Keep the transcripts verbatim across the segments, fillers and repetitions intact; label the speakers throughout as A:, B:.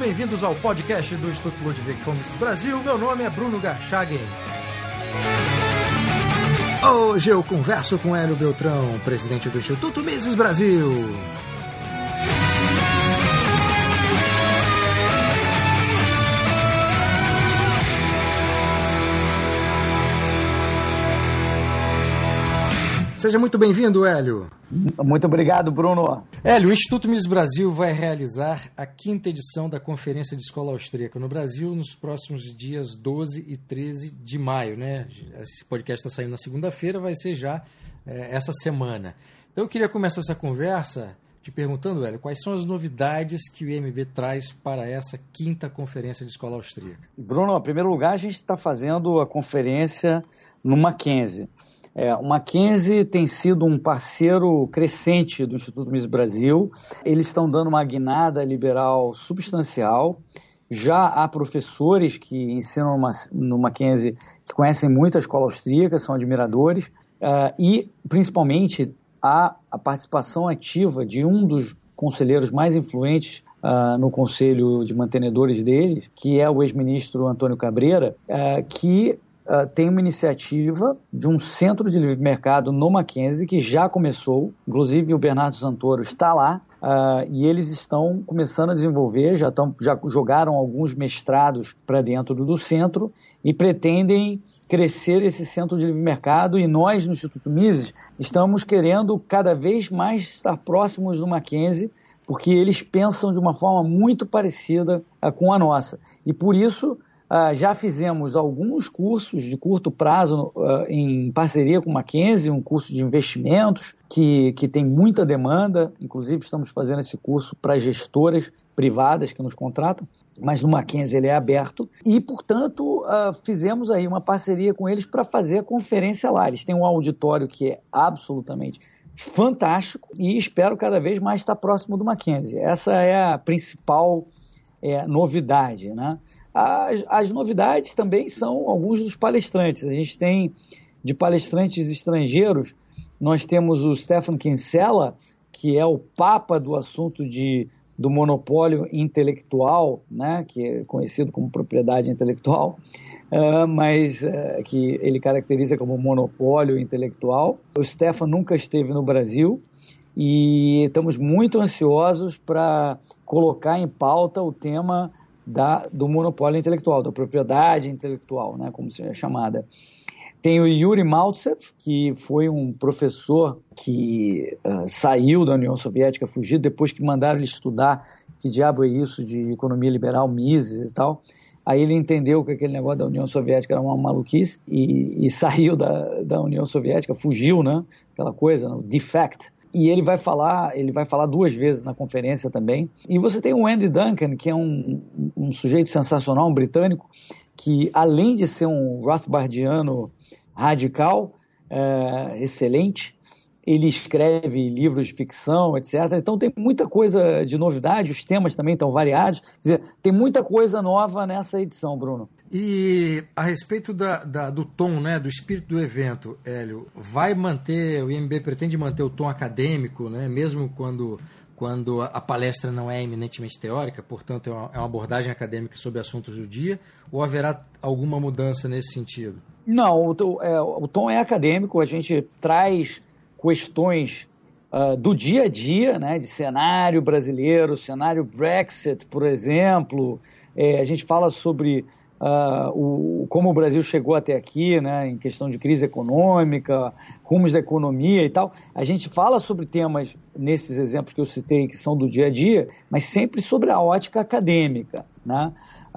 A: bem-vindos ao podcast do Instituto Ludwig von Mises Brasil. Meu nome é Bruno Garchagen. Hoje eu converso com Hélio Beltrão, presidente do Instituto Mises Brasil. Seja muito bem-vindo, Hélio.
B: Muito obrigado, Bruno.
A: Hélio, o Instituto Mises Brasil vai realizar a quinta edição da Conferência de Escola Austríaca no Brasil nos próximos dias doze e treze de maio, né? Esse podcast está saindo na segunda-feira, vai ser já é, essa semana. Então eu queria começar essa conversa te perguntando, Hélio, quais são as novidades que o I M B traz para essa quinta Conferência de Escola Austríaca?
B: Bruno, em primeiro lugar, a gente está fazendo a conferência no Mackenzie. É, o Mackenzie tem sido um parceiro crescente do Instituto Mises Brasil. Eles estão dando uma guinada liberal substancial. Já há professores que ensinam no Mackenzie que conhecem muito a escola austríaca, são admiradores. Uh, e, principalmente, há a participação ativa de um dos conselheiros mais influentes uh, no conselho de mantenedores deles, que é o ex-ministro Antônio Cabreira, uh, que... Uh, tem uma iniciativa de um centro de livre mercado no Mackenzie que já começou, inclusive o Bernardo Santoro está lá, uh, e eles estão começando a desenvolver, já, tão, já jogaram alguns mestrados para dentro do centro e pretendem crescer esse centro de livre mercado, e nós no Instituto Mises estamos querendo cada vez mais estar próximos do Mackenzie, porque eles pensam de uma forma muito parecida uh, com a nossa, e por isso Uh, já fizemos alguns cursos de curto prazo uh, em parceria com o Mackenzie, um curso de investimentos que, que tem muita demanda, inclusive estamos fazendo esse curso para gestoras privadas que nos contratam, mas no Mackenzie ele é aberto e, portanto, uh, fizemos aí uma parceria com eles para fazer a conferência lá. Eles têm um auditório que é absolutamente fantástico e espero cada vez mais estar próximo do Mackenzie. Essa é a principal é, novidade, né? As, as novidades também são alguns dos palestrantes. A gente tem, de palestrantes estrangeiros, nós temos o Stefan Kinsella, que é o papa do assunto de, do monopólio intelectual, né, que é conhecido como propriedade intelectual, uh, mas uh, que ele caracteriza como monopólio intelectual. O Stefan nunca esteve no Brasil e estamos muito ansiosos para colocar em pauta o tema Da, do monopólio intelectual, da propriedade intelectual, né, como é chamada. Tem o Yuri Maltsev, que foi um professor que uh, saiu da União Soviética, fugido, depois que mandaram ele estudar que diabo é isso de economia liberal, Mises e tal. Aí ele entendeu que aquele negócio da União Soviética era uma maluquice e, e saiu da, da União Soviética, fugiu, né, aquela coisa, no defect. E ele vai falar, ele vai falar duas vezes na conferência também. E você tem o Andy Duncan, que é um, um sujeito sensacional, um britânico, que além de ser um Rothbardiano radical, é, excelente, ele escreve livros de ficção, etcétera. Então tem muita coisa de novidade, os temas também estão variados. Quer dizer, tem muita coisa nova nessa edição, Bruno.
A: E a respeito da, da, do tom, né, do espírito do evento, Hélio, vai manter, o I M B pretende manter o tom acadêmico, né, mesmo quando, quando a palestra não é eminentemente teórica, portanto é uma, é uma abordagem acadêmica sobre assuntos do dia, ou haverá alguma mudança nesse sentido?
B: Não, o, é, o tom é acadêmico, a gente traz questões uh, do dia a dia, né, de cenário brasileiro, cenário Brexit, por exemplo, é, a gente fala sobre Uh, o, como o Brasil chegou até aqui, né, em questão de crise econômica, rumos da economia e tal. A gente fala sobre temas, nesses exemplos que eu citei, que são do dia a dia, mas sempre sobre a ótica acadêmica, né?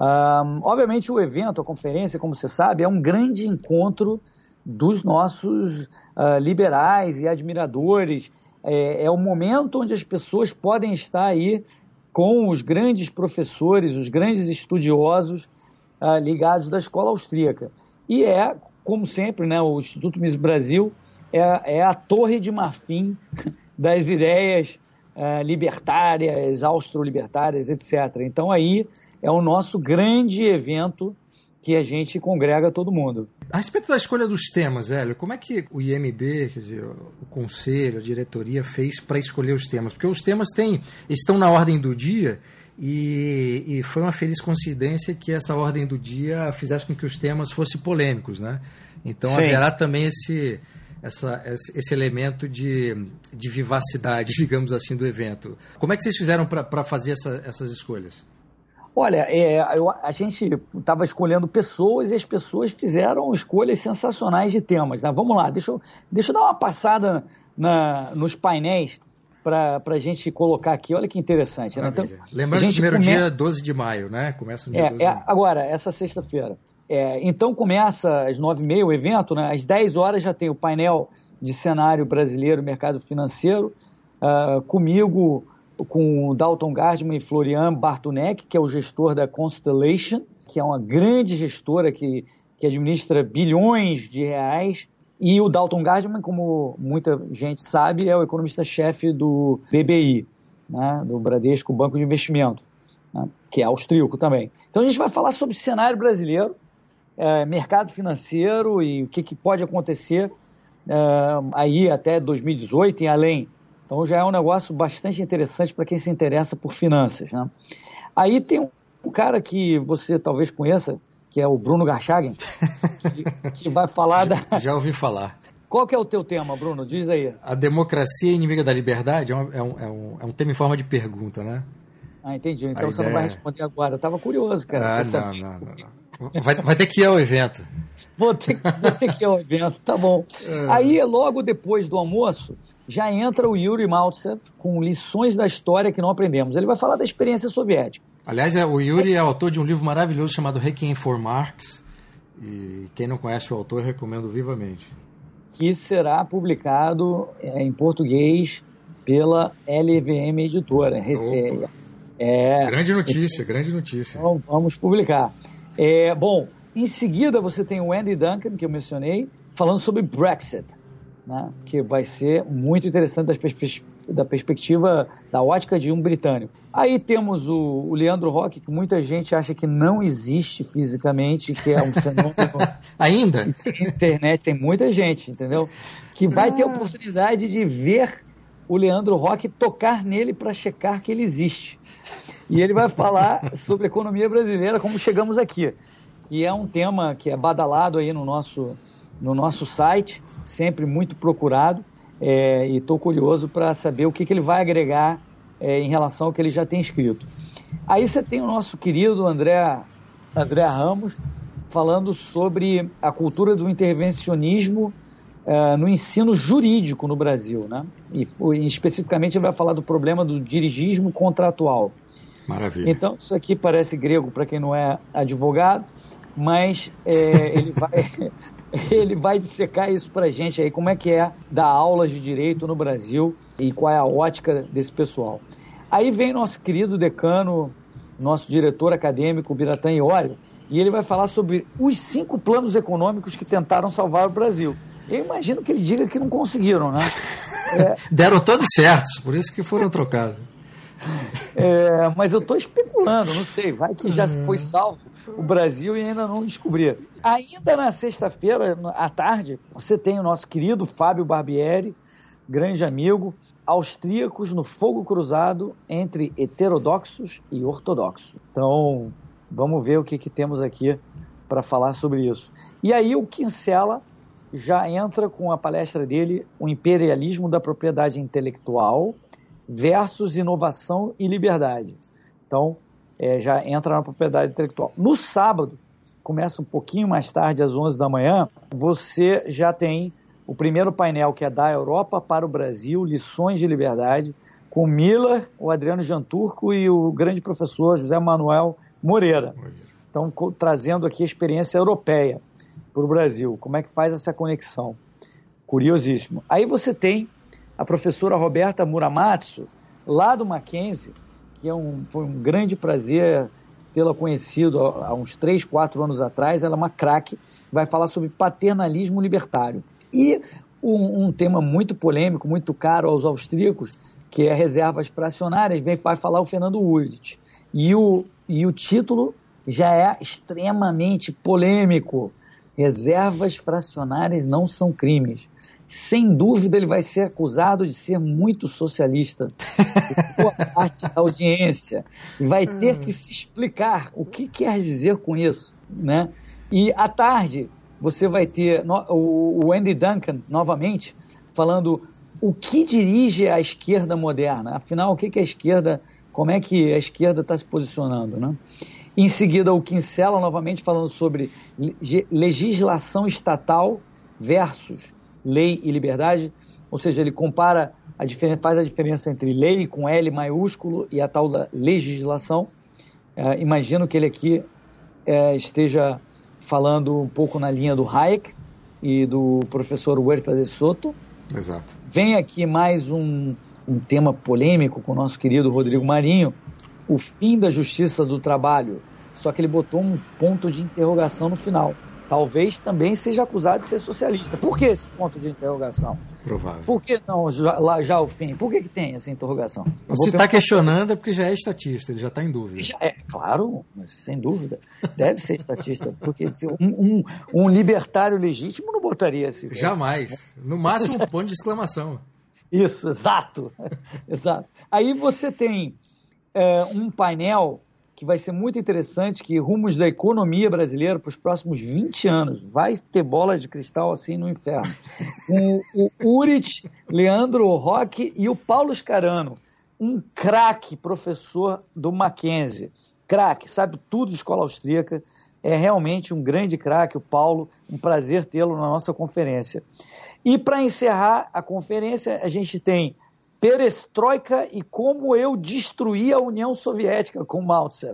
B: Uh, obviamente o evento, a conferência, como você sabe, é um grande encontro dos nossos uh, liberais e admiradores. É, é o momento onde as pessoas podem estar aí com os grandes professores, os grandes estudiosos Uh, ligados da escola austríaca. E é, como sempre, né, o Instituto Mises Brasil é, é a torre de marfim das ideias uh, libertárias, austro-libertárias, etcétera. Então aí é o nosso grande evento que a gente congrega todo mundo.
A: A respeito da escolha dos temas, Hélio, como é que o I M B, quer dizer, o conselho, a diretoria fez para escolher os temas? Porque os temas têm, estão na ordem do dia e, e foi uma feliz coincidência que essa ordem do dia fizesse com que os temas fossem polêmicos, né? Então Sim. haverá também esse, essa, esse elemento de, de vivacidade, digamos assim, do evento. Como é que vocês fizeram para fazer essa, essas escolhas?
B: Olha, é, eu, a gente estava escolhendo pessoas e as pessoas fizeram escolhas sensacionais de temas, né? Vamos lá, deixa eu, deixa eu dar uma passada na, nos painéis para a gente colocar aqui. Olha que interessante. Né? Então,
A: lembrando que o primeiro come... dia é doze de maio, né? Começa no dia
B: é,
A: doze de maio.
B: É, agora, essa sexta-feira. É, então começa às nove e meia o evento, né? Às dez horas já tem o painel de cenário brasileiro, mercado financeiro, uh, comigo, com o Dalton Gardman e Florian Bartunek, que é o gestor da Constellation, que é uma grande gestora que, que administra bilhões de reais, e o Dalton Gardman, como muita gente sabe, é o economista-chefe do B B I, né, do Bradesco Banco de Investimento, né, que é austríaco também. Então a gente vai falar sobre cenário brasileiro, é, mercado financeiro e o que, que pode acontecer é, aí até dois mil e dezoito e além. Então já é um negócio bastante interessante para quem se interessa por finanças, né? Aí tem um, um cara que você talvez conheça, que é o Bruno Garchagen, que, que vai falar da...
A: Já, já ouvi falar.
B: Qual que é o teu tema, Bruno? Diz aí.
A: A democracia inimiga da liberdade é um, é um, é um, é um tema em forma de pergunta, né?
B: Ah, entendi. Então
A: A
B: você
A: ideia...
B: não vai responder agora. Eu estava curioso, cara.
A: Ah, não, não, não, não. Vai, vai ter que ir ao evento.
B: Vou ter, vou ter que ir ao evento, tá bom. É. Aí, logo depois do almoço, já entra o Yuri Maltsev com lições da história que não aprendemos. Ele vai falar da experiência soviética.
A: Aliás, o Yuri é autor de um livro maravilhoso chamado Requiem for Marx. E quem não conhece o autor, recomendo vivamente.
B: Que será publicado é, em português pela L V M Editora. É,
A: é, grande notícia, é, grande notícia.
B: Então, vamos publicar. É, bom, em seguida você tem o Andy Duncan, que eu mencionei, falando sobre Brexit, né, que vai ser muito interessante da, perspe- da perspectiva, da ótica de um britânico. Aí temos o, o Leandro Roque, que muita gente acha que não existe fisicamente, que é um fenômeno...
A: Ainda?
B: Na internet tem muita gente, entendeu? Que vai ter a oportunidade de ver o Leandro Roque, tocar nele para checar que ele existe. E ele vai falar sobre a economia brasileira, como chegamos aqui, que é um tema que é badalado aí no nosso, no nosso site, sempre muito procurado, é, e estou curioso para saber o que, que ele vai agregar é, em relação ao que ele já tem escrito. Aí você tem o nosso querido André, André Ramos falando sobre a cultura do intervencionismo é, no ensino jurídico no Brasil, né? E, e especificamente ele vai falar do problema do dirigismo contratual.
A: Maravilha.
B: Então isso aqui parece grego para quem não é advogado, mas é, ele vai... ele vai dissecar isso pra gente aí, como é que é dar aulas de direito no Brasil e qual é a ótica desse pessoal. Aí vem nosso querido decano, nosso diretor acadêmico, Biratã Iório, e ele vai falar sobre os cinco planos econômicos que tentaram salvar o Brasil. Eu imagino que ele diga que não conseguiram, né?
A: É... Deram todos certos, por isso que foram trocados.
B: É, mas eu estou especulando, não sei, vai que já foi salvo o Brasil e ainda não descobriram. Ainda na sexta-feira, à tarde, você tem o nosso querido Fábio Barbieri, grande amigo, austríacos no fogo cruzado entre heterodoxos e ortodoxos. Então, vamos ver o que, que temos aqui para falar sobre isso. E aí o Kinsella já entra com a palestra dele, o imperialismo da propriedade intelectual versus inovação e liberdade. Então, é, já entra na propriedade intelectual. No sábado, começa um pouquinho mais tarde, às onze da manhã, você já tem o primeiro painel, que é da Europa para o Brasil, Lições de Liberdade, com Miller, o Adriano Janturco e o grande professor José Manuel Moreira. Então, co- trazendo aqui a experiência europeia para o Brasil. Como é que faz essa conexão? Curiosíssimo. Aí você tem a professora Roberta Muramatsu, lá do Mackenzie, que é um, foi um grande prazer tê-la conhecido há uns três, quatro anos atrás. Ela é uma craque, vai falar sobre paternalismo libertário. E um, um tema muito polêmico, muito caro aos austríacos, que é reservas fracionárias, vem, vai falar o Fernando Ulrich. E o, e o título já é extremamente polêmico. Reservas fracionárias não são crimes. sem dúvida ele vai ser acusado de ser muito socialista. Boa parte da audiência. E vai ter que se explicar o que quer dizer com isso, né? E à tarde você vai ter no, o, o Andy Duncan, novamente, falando o que dirige a esquerda moderna. Afinal, o que, que a esquerda, como é que a esquerda está se posicionando, né? Em seguida, o Kinsella, novamente, falando sobre legislação estatal versus lei e liberdade, ou seja, ele compara, a diferença, faz a diferença entre lei com L maiúsculo e a tal da legislação. É, imagino que ele aqui é, esteja falando um pouco na linha do Hayek e do professor Huerta de Soto.
A: Exato.
B: Vem aqui mais um, um tema polêmico com o nosso querido Rodrigo Marinho, o fim da justiça do trabalho, só que ele botou um ponto de interrogação no final. Talvez também seja acusado de ser socialista. Por que esse ponto de interrogação?
A: Provável.
B: Por que não já, lá já o fim? Por que, que tem essa interrogação?
A: Se está questionando é porque já é estatista, ele já está em dúvida.
B: Já é, claro, mas sem dúvida. Deve ser estatista, porque um, um, um libertário legítimo não botaria esse...
A: Jamais. No máximo um ponto de exclamação.
B: Isso, exato. Exato. Aí você tem é, um painel que vai ser muito interessante, que rumos da economia brasileira para os próximos vinte anos. Vai ter bola de cristal assim no inferno. Com o Urit, Leandro Roque e o Paulo Scarano, um craque professor do Mackenzie. Craque, sabe tudo de escola austríaca. É realmente um grande craque, o Paulo. Um prazer tê-lo na nossa conferência. E para encerrar a conferência, a gente tem Perestroika e como eu destruí a União Soviética com Maltsev.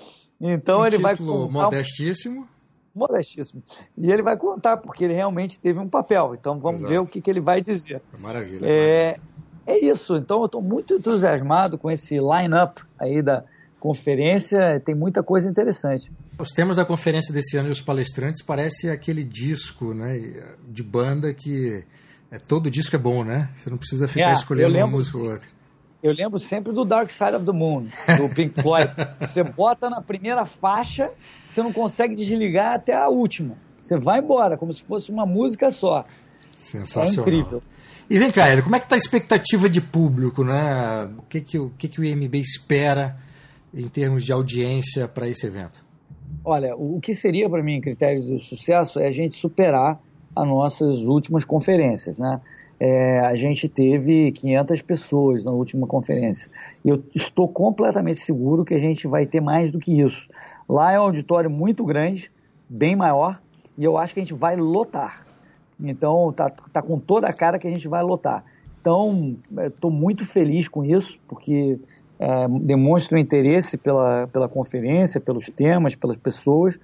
B: Então
A: um
B: ele vai
A: contar modestíssimo. Um...
B: Modestíssimo. E ele vai contar, porque ele realmente teve um papel. Então vamos Exato. ver o que, que ele vai dizer.
A: Maravilha.
B: É, é isso. Então eu estou muito entusiasmado com esse line-up aí da conferência. Tem muita coisa interessante.
A: Os temas da conferência desse ano e os palestrantes parece aquele disco, né, de banda que... É, todo disco é bom, né? Você não precisa ficar é, escolhendo uma música ou outra.
B: Eu lembro sempre do Dark Side of the Moon, do Pink Floyd. Você bota na primeira faixa, você não consegue desligar até a última. Você vai embora, como se fosse uma música só.
A: Sensacional.
B: É incrível.
A: E vem cá, Hélio, como é que está a expectativa de público, né? O que, que, o, que, que o I M B espera em termos de audiência para esse evento?
B: Olha, o que seria para mim critério de sucesso é a gente superar as nossas últimas conferências, né? É, a gente teve quinhentas pessoas na última conferência. E eu estou completamente seguro que a gente vai ter mais do que isso. Lá é um auditório muito grande, bem maior, e eu acho que a gente vai lotar. Então, tá, tá com toda a cara que a gente vai lotar. Então, estou muito feliz com isso, porque é, demonstra o interesse pela, pela conferência, pelos temas, pelas pessoas.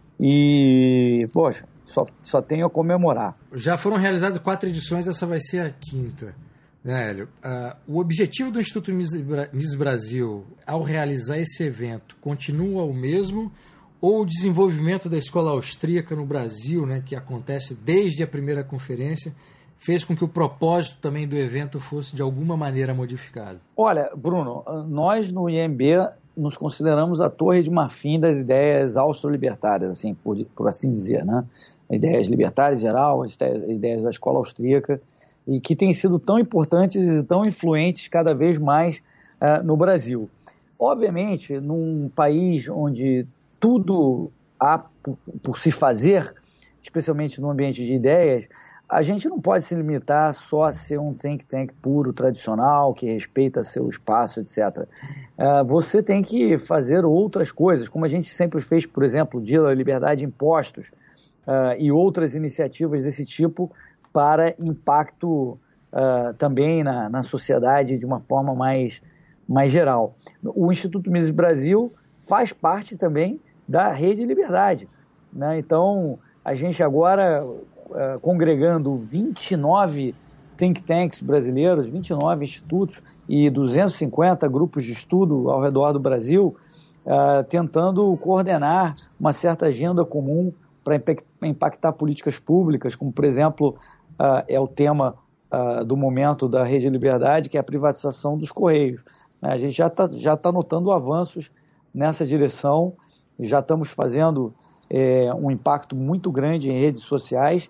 B: E, poxa, Só, só tenho a comemorar.
A: Já foram realizadas quatro edições, essa vai ser a quinta, né, Hélio? Uh, o objetivo do Instituto Mises Brasil, ao realizar esse evento, continua o mesmo ou o desenvolvimento da escola austríaca no Brasil, né, que acontece desde a primeira conferência, fez com que o propósito também do evento fosse de alguma maneira modificado?
B: Olha, Bruno, nós no I M B nos consideramos a torre de marfim das ideias austro-libertárias, assim, por, por assim dizer, né? Ideias libertárias em geral, as ideias da escola austríaca, e que têm sido tão importantes e tão influentes cada vez mais uh, no Brasil. Obviamente, num país onde tudo há por, por se fazer, especialmente no ambiente de ideias, a gente não pode se limitar só a ser um think tank puro, tradicional, que respeita seu espaço, etcétera. Uh, você tem que fazer outras coisas, como a gente sempre fez, por exemplo, o Dia da Liberdade de Impostos, uh, e outras iniciativas desse tipo para impacto uh, também na, na sociedade de uma forma mais, mais geral. O Instituto Mises Brasil faz parte também da Rede Liberdade, né? Então, a gente agora... Uh, congregando vinte e nove think tanks brasileiros, vinte e nove institutos e duzentos e cinquenta grupos de estudo ao redor do Brasil, uh, tentando coordenar uma certa agenda comum para impactar políticas públicas, como, por exemplo, uh, é o tema uh, do momento da Rede Liberdade, que é a privatização dos Correios. A gente já está já tá notando avanços nessa direção, já estamos fazendo é, um impacto muito grande em redes sociais,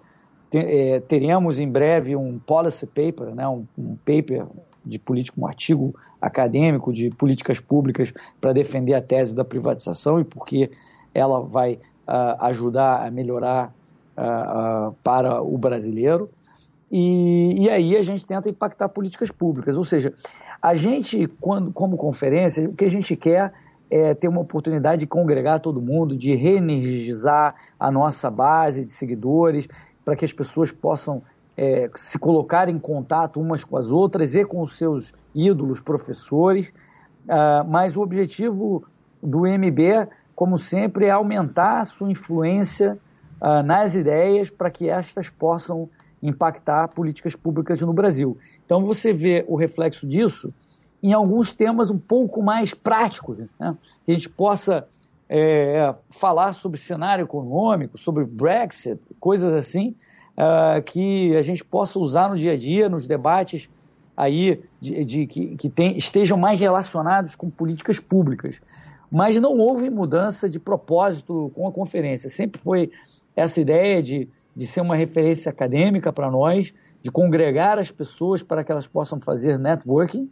B: te, é, teremos em breve um policy paper, né, um, um paper de política, um artigo acadêmico de políticas públicas para defender a tese da privatização e porque ela vai uh, ajudar a melhorar uh, uh, para o brasileiro. E, e aí a gente tenta impactar políticas públicas, ou seja, a gente, quando, como conferência, o que a gente quer é ter uma oportunidade de congregar todo mundo, de reenergizar a nossa base de seguidores, para que as pessoas possam é, se colocar em contato umas com as outras e com os seus ídolos professores, uh, mas o objetivo do M B, como sempre, é aumentar a sua influência uh, nas ideias para que estas possam impactar políticas públicas no Brasil. Então você vê o reflexo disso em alguns temas um pouco mais práticos, né? Que a gente possa é, falar sobre cenário econômico, sobre Brexit, coisas assim, uh, que a gente possa usar no dia a dia, nos debates aí de, de, que, que tem, estejam mais relacionados com políticas públicas. Mas não houve mudança de propósito com a conferência. Sempre foi essa ideia de, de ser uma referência acadêmica para nós, de congregar as pessoas para que elas possam fazer networking,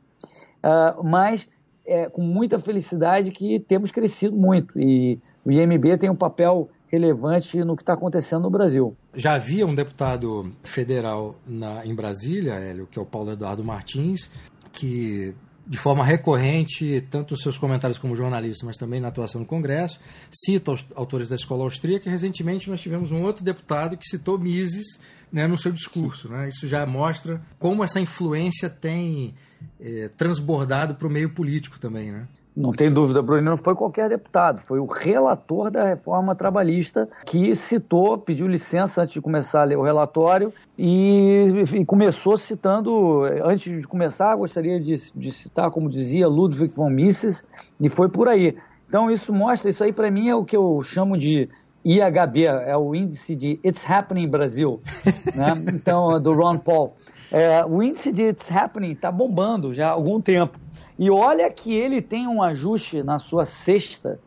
B: uh, mas é, com muita felicidade que temos crescido muito e o I M B tem um papel relevante no que está acontecendo no Brasil.
A: Já havia um deputado federal na, em Brasília, Hélio, que é o Paulo Eduardo Martins, que de forma recorrente, tanto nos seus comentários como jornalista, mas também na atuação no Congresso, cita os autores da escola austríaca, e recentemente nós tivemos um outro deputado que citou Mises, né, no seu discurso, né? Isso já mostra como essa influência tem é, transbordado para o meio político também, né?
B: Não tem dúvida, Bruno, não foi qualquer deputado, foi o relator da reforma trabalhista que citou, pediu licença antes de começar a ler o relatório e, e começou citando, antes de começar, gostaria de, de citar, como dizia, Ludwig von Mises, e foi por aí. Então isso mostra, isso aí para mim é o que eu chamo de I H B, é o índice de It's Happening Brasil, né? Então, do Ron Paul. É, o índice de It's Happening está bombando já há algum tempo. E olha que ele tem um ajuste na sua cesta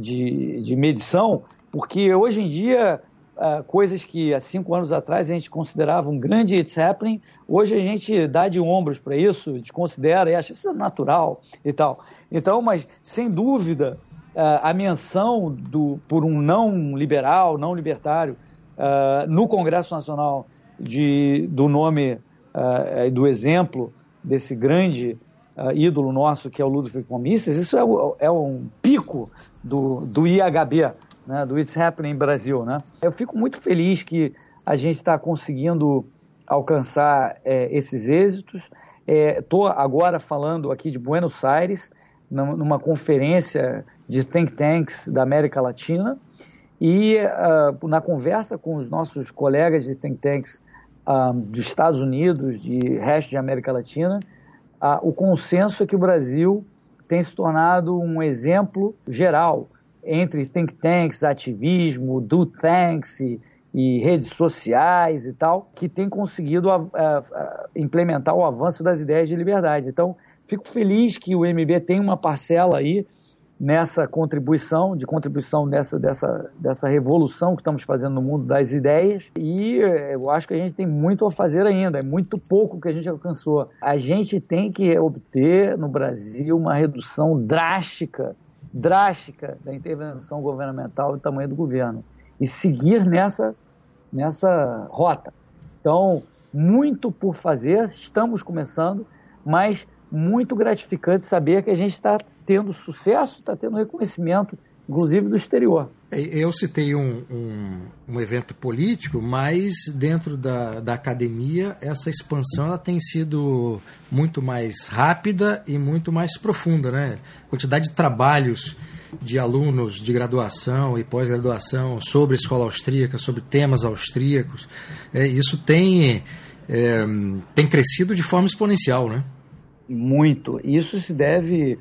B: de, de medição, porque hoje em dia, uh, coisas que há cinco anos atrás a gente considerava um grande It's Happening, hoje a gente dá de ombros para isso, desconsidera e acha isso natural e tal. Então, mas sem dúvida, uh, a menção do, por um não liberal, não libertário, uh, no Congresso Nacional de, do nome, uh, do exemplo desse grande Uh, ídolo nosso, que é o Ludwig von Mises, isso é, o, é um pico do, do I H B, né, do It's Happening Brasil, né? Eu fico muito feliz que a gente está conseguindo alcançar é, esses êxitos. Estou é, agora falando aqui de Buenos Aires, numa conferência de think tanks da América Latina, e uh, na conversa com os nossos colegas de think tanks uh, dos Estados Unidos, de resto de América Latina, Ah, o consenso é que o Brasil tem se tornado um exemplo geral entre think tanks, ativismo, do tanks e, e redes sociais e tal, que tem conseguido a, a, a implementar o avanço das ideias de liberdade. Então, fico feliz que o M B tem uma parcela aí nessa contribuição, de contribuição dessa, dessa, dessa revolução que estamos fazendo no mundo das ideias, e eu acho que a gente tem muito a fazer ainda, é muito pouco que a gente alcançou. A gente tem que obter no Brasil uma redução drástica, drástica da intervenção governamental do tamanho do governo, e seguir nessa, nessa rota. Então, muito por fazer, estamos começando, mas muito gratificante saber que a gente está tendo sucesso, está tendo reconhecimento, inclusive do exterior.
A: Eu citei um, um, um evento político, mas dentro da, da academia essa expansão ela tem sido muito mais rápida e muito mais profunda, né? A quantidade de trabalhos de alunos de graduação e pós-graduação sobre a escola austríaca, sobre temas austríacos, é, isso tem, é, tem crescido de forma exponencial, né?
B: Muito. Isso se deve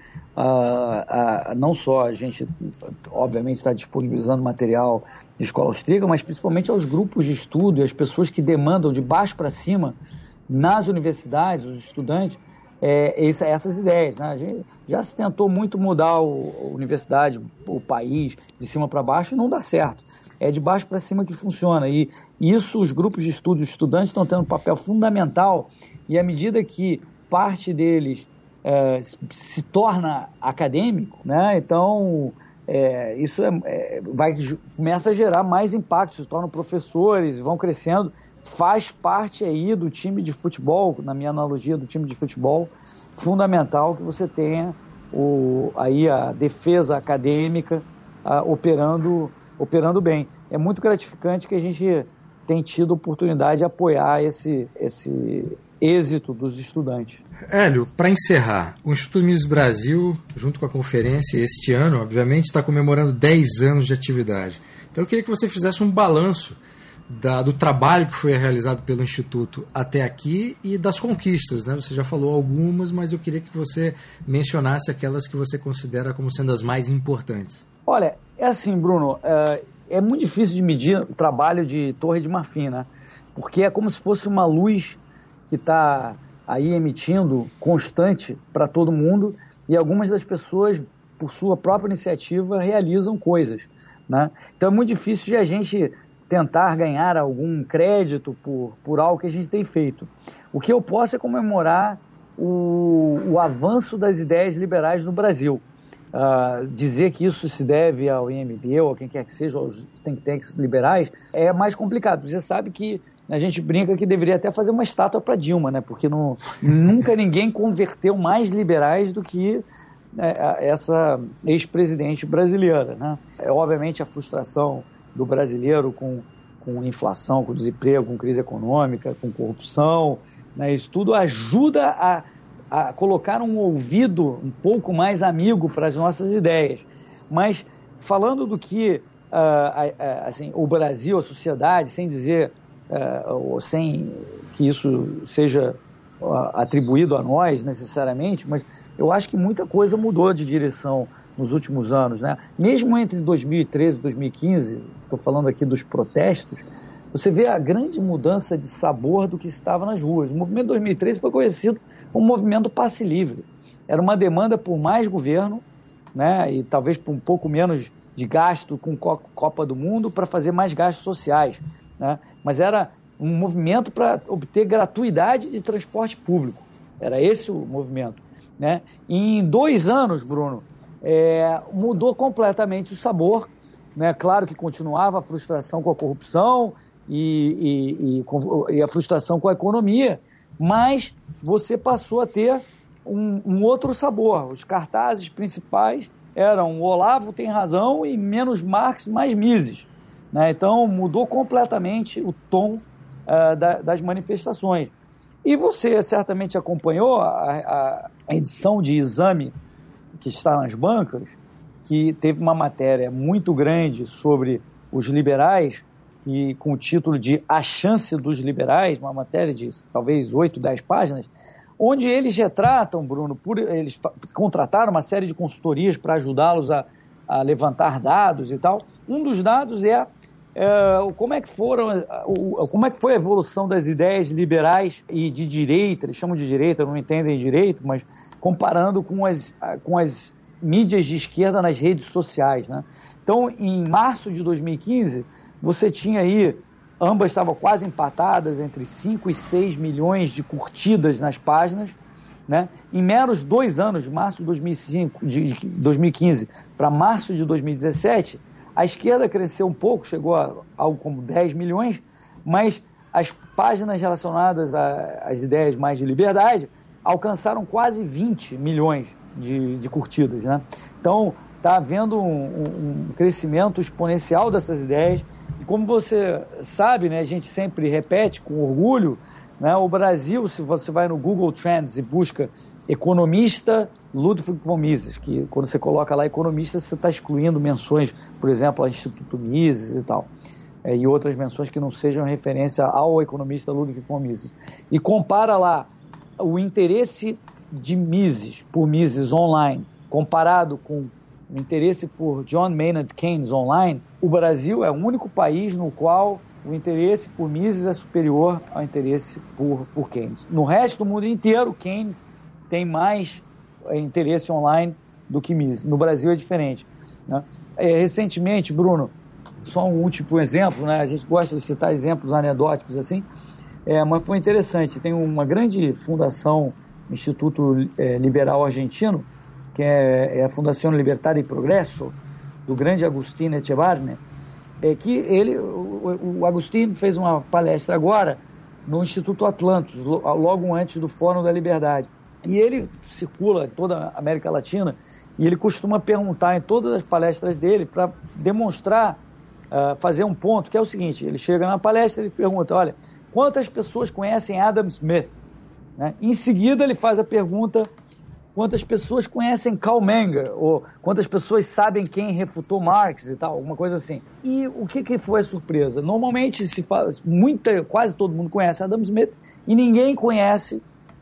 B: a, a não só a gente, obviamente, está disponibilizando material de escola austríaca, mas principalmente aos grupos de estudo e às pessoas que demandam de baixo para cima nas universidades, os estudantes, é, essa, essas ideias, né? A gente já se tentou muito mudar o, a universidade, o país, de cima para baixo, e não dá certo. É de baixo para cima que funciona. E isso, os grupos de estudo, os estudantes estão tendo um papel fundamental, e à medida que parte deles é, se torna acadêmico, né? Então é, isso é, é, vai, começa a gerar mais impacto, se tornam professores, vão crescendo, faz parte aí do time de futebol, na minha analogia do time de futebol, fundamental que você tenha o, aí a defesa acadêmica a, operando, operando bem. É muito gratificante que a gente tem tido oportunidade de apoiar esse, esse êxito dos estudantes.
A: Hélio, para encerrar, o Instituto Mises Brasil, junto com a conferência, este ano, obviamente, está comemorando dez anos de atividade. Então eu queria que você fizesse um balanço da, do trabalho que foi realizado pelo Instituto até aqui e das conquistas, né? Você já falou algumas, mas eu queria que você mencionasse aquelas que você considera como sendo as mais importantes.
B: Olha, é assim, Bruno, é, é muito difícil de medir o trabalho de Torre de Marfim, né? Porque é como se fosse uma luz que está aí emitindo constante para todo mundo, e algumas das pessoas, por sua própria iniciativa, realizam coisas, né? Então é muito difícil de a gente tentar ganhar algum crédito por, por algo que a gente tem feito. O que eu posso é comemorar o, o avanço das ideias liberais no Brasil. Uh, dizer que isso se deve ao I M B ou a quem quer que seja, aos think tanks liberais, é mais complicado. Você sabe que a gente brinca que deveria até fazer uma estátua para Dilma, né? Porque não, nunca ninguém converteu mais liberais do que é, essa ex-presidente brasileira, né? É, obviamente a frustração do brasileiro com, com inflação, com desemprego, com crise econômica, com corrupção, né? Isso tudo ajuda a, a colocar um ouvido um pouco mais amigo para as nossas ideias. Mas falando do que uh, assim, o Brasil, a sociedade, sem dizer... Uh, ou sem que isso seja uh, atribuído a nós necessariamente, mas eu acho que muita coisa mudou de direção nos últimos anos, né? Mesmo entre dois mil e treze e dois mil e quinze, estou falando aqui dos protestos, você vê a grande mudança de sabor do que estava nas ruas. O movimento dois mil e treze foi conhecido como movimento passe livre. Era uma demanda por mais governo, né? E talvez por um pouco menos de gasto com Copa do Mundo para fazer mais gastos sociais, né? Mas era um movimento para obter gratuidade de transporte público. Era esse o movimento, né? E em dois anos, Bruno, é, mudou completamente o sabor, né? Claro que continuava a frustração com a corrupção e, e, e, com, e a frustração com a economia, mas você passou a ter um, um outro sabor. Os cartazes principais eram o Olavo tem razão e menos Marx, mais Mises. Né? Então mudou completamente o tom uh, da, das manifestações. E você certamente acompanhou a, a edição de Exame que está nas bancas, que teve uma matéria muito grande sobre os liberais, que, com o título de A Chance dos Liberais, uma matéria de talvez oito, dez páginas, onde eles retratam, Bruno, por, eles contrataram uma série de consultorias para ajudá-los a, a levantar dados e tal. Um dos dados é Uh, como é que foram, uh, como é que foi a evolução das ideias liberais e de direita, eles chamam de direita, não entendem direito, mas comparando com as, uh, com as mídias de esquerda nas redes sociais, né? Então, em março de dois mil e quinze, você tinha aí, ambas estavam quase empatadas, entre cinco e seis milhões de curtidas nas páginas, né? Em meros dois anos, de março de dois mil e cinco, de dois mil e quinze para março de dois mil e dezessete, a esquerda cresceu um pouco, chegou a algo como dez milhões, mas as páginas relacionadas às ideias mais de liberdade alcançaram quase vinte milhões de, de curtidas, né? Então, está havendo um, um crescimento exponencial dessas ideias. E como você sabe, né, a gente sempre repete com orgulho, né, o Brasil, se você vai no Google Trends e busca economista Ludwig von Mises, que quando você coloca lá economista, você está excluindo menções, por exemplo, ao Instituto Mises e tal, é, e outras menções que não sejam referência ao economista Ludwig von Mises. E compara lá o interesse de Mises por Mises online, comparado com o interesse por John Maynard Keynes online, o Brasil é o único país no qual o interesse por Mises é superior ao interesse por, por Keynes. No resto do mundo inteiro, Keynes tem mais interesse online do que Mises. No Brasil é diferente, né? É, recentemente, Bruno, só um último exemplo, né? A gente gosta de citar exemplos anedóticos assim, é, mas foi interessante. Tem uma grande fundação, Instituto é, Liberal Argentino, que é, é a Fundação Libertad y Progresso, do grande Agustín Echevarne, é que ele, o, o Agustín fez uma palestra agora no Instituto Atlantos, logo antes do Fórum da Liberdade. E ele circula em toda a América Latina e ele costuma perguntar em todas as palestras dele para demonstrar, uh, fazer um ponto, que é o seguinte: ele chega na palestra e pergunta, olha, quantas pessoas conhecem Adam Smith? Né? Em seguida ele faz a pergunta, quantas pessoas conhecem Karl Menger? Ou quantas pessoas sabem quem refutou Marx e tal, alguma coisa assim. E o que, que foi a surpresa? Normalmente se fala, muita, quase todo mundo conhece Adam Smith e ninguém conhece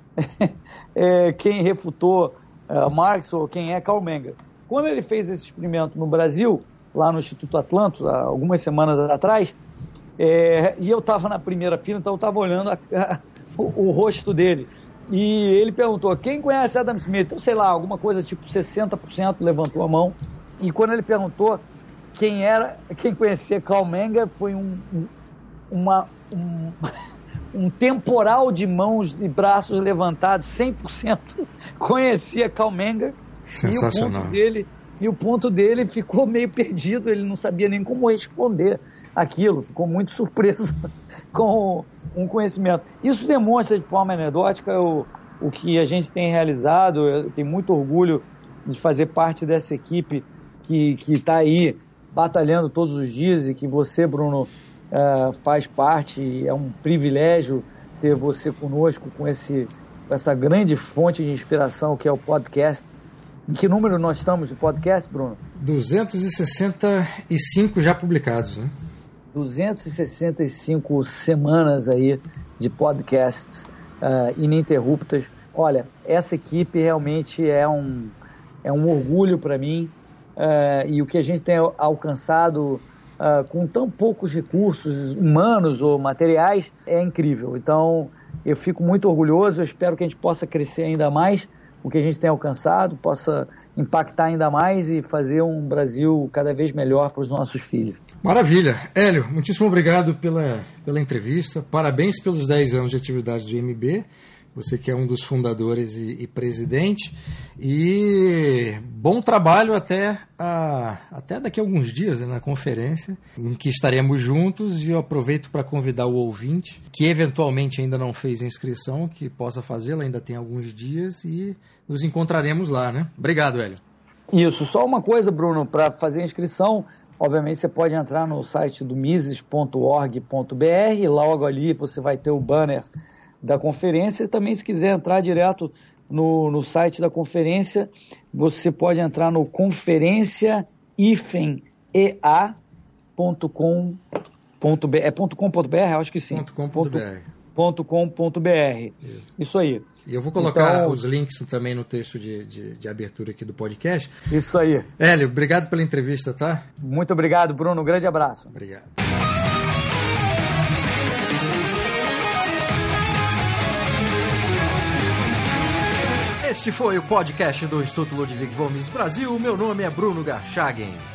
B: é, quem refutou uh, Marx ou quem é Karl Menger. Quando ele fez esse experimento no Brasil, lá no Instituto Atlantos, há algumas semanas atrás, é, e eu estava na primeira fila, então eu estava olhando a, a, o, o rosto dele. E ele perguntou, quem conhece Adam Smith? Eu sei lá, alguma coisa tipo sessenta por cento levantou a mão. E quando ele perguntou quem era, quem conhecia Karl Menger, foi um, um, uma, um, um temporal de mãos e braços levantados, cem por cento conhecia Karl Menger.
A: Sensacional.
B: E o ponto dele, e o ponto dele ficou meio perdido, ele não sabia nem como responder aquilo, ficou muito surpreso com um conhecimento. Isso demonstra de forma anedótica o, o que a gente tem realizado. Eu tenho muito orgulho de fazer parte dessa equipe que está aí batalhando todos os dias e que você, Bruno, uh, faz parte. É um privilégio ter você conosco com esse, essa grande fonte de inspiração que é o podcast. Em que número nós estamos de podcast, Bruno?
A: duzentos e sessenta e cinco já publicados, né?
B: duzentas e sessenta e cinco semanas aí de podcasts uh, ininterruptas. Olha, essa equipe realmente é um, é um orgulho para mim uh, e o que a gente tem alcançado uh, com tão poucos recursos humanos ou materiais é incrível. Então, eu fico muito orgulhoso, eu espero que a gente possa crescer ainda mais o que a gente tem alcançado, possa impactar ainda mais e fazer um Brasil cada vez melhor para os nossos filhos.
A: Maravilha. Hélio, muitíssimo obrigado pela, pela entrevista. Parabéns pelos dez anos de atividade do I M B. Você que é um dos fundadores e, e presidente. E bom trabalho até, a, até daqui a alguns dias, né, na conferência, em que estaremos juntos. E eu aproveito para convidar o ouvinte, que eventualmente ainda não fez a inscrição, que possa fazê-la, ainda tem alguns dias, e nos encontraremos lá, né? Obrigado, Hélio.
B: Isso, só uma coisa, Bruno, para fazer a inscrição, obviamente você pode entrar no site do mises ponto org ponto b r, logo ali você vai ter o banner da conferência. E também, se quiser entrar direto no, no site da conferência, você pode entrar no conferência hífen e a ponto com ponto b r. É .com.br? Acho que sim.
A: .com.br.
B: .com.br. Isso. Isso aí.
A: E eu vou colocar
B: então,
A: os links também no texto de, de, de abertura aqui do podcast.
B: Isso aí.
A: Hélio, obrigado pela entrevista, tá?
B: Muito obrigado, Bruno. Um grande abraço.
A: Obrigado. Este foi o podcast do Instituto Ludwig von Mises Brasil. Meu nome é Bruno Garchagen.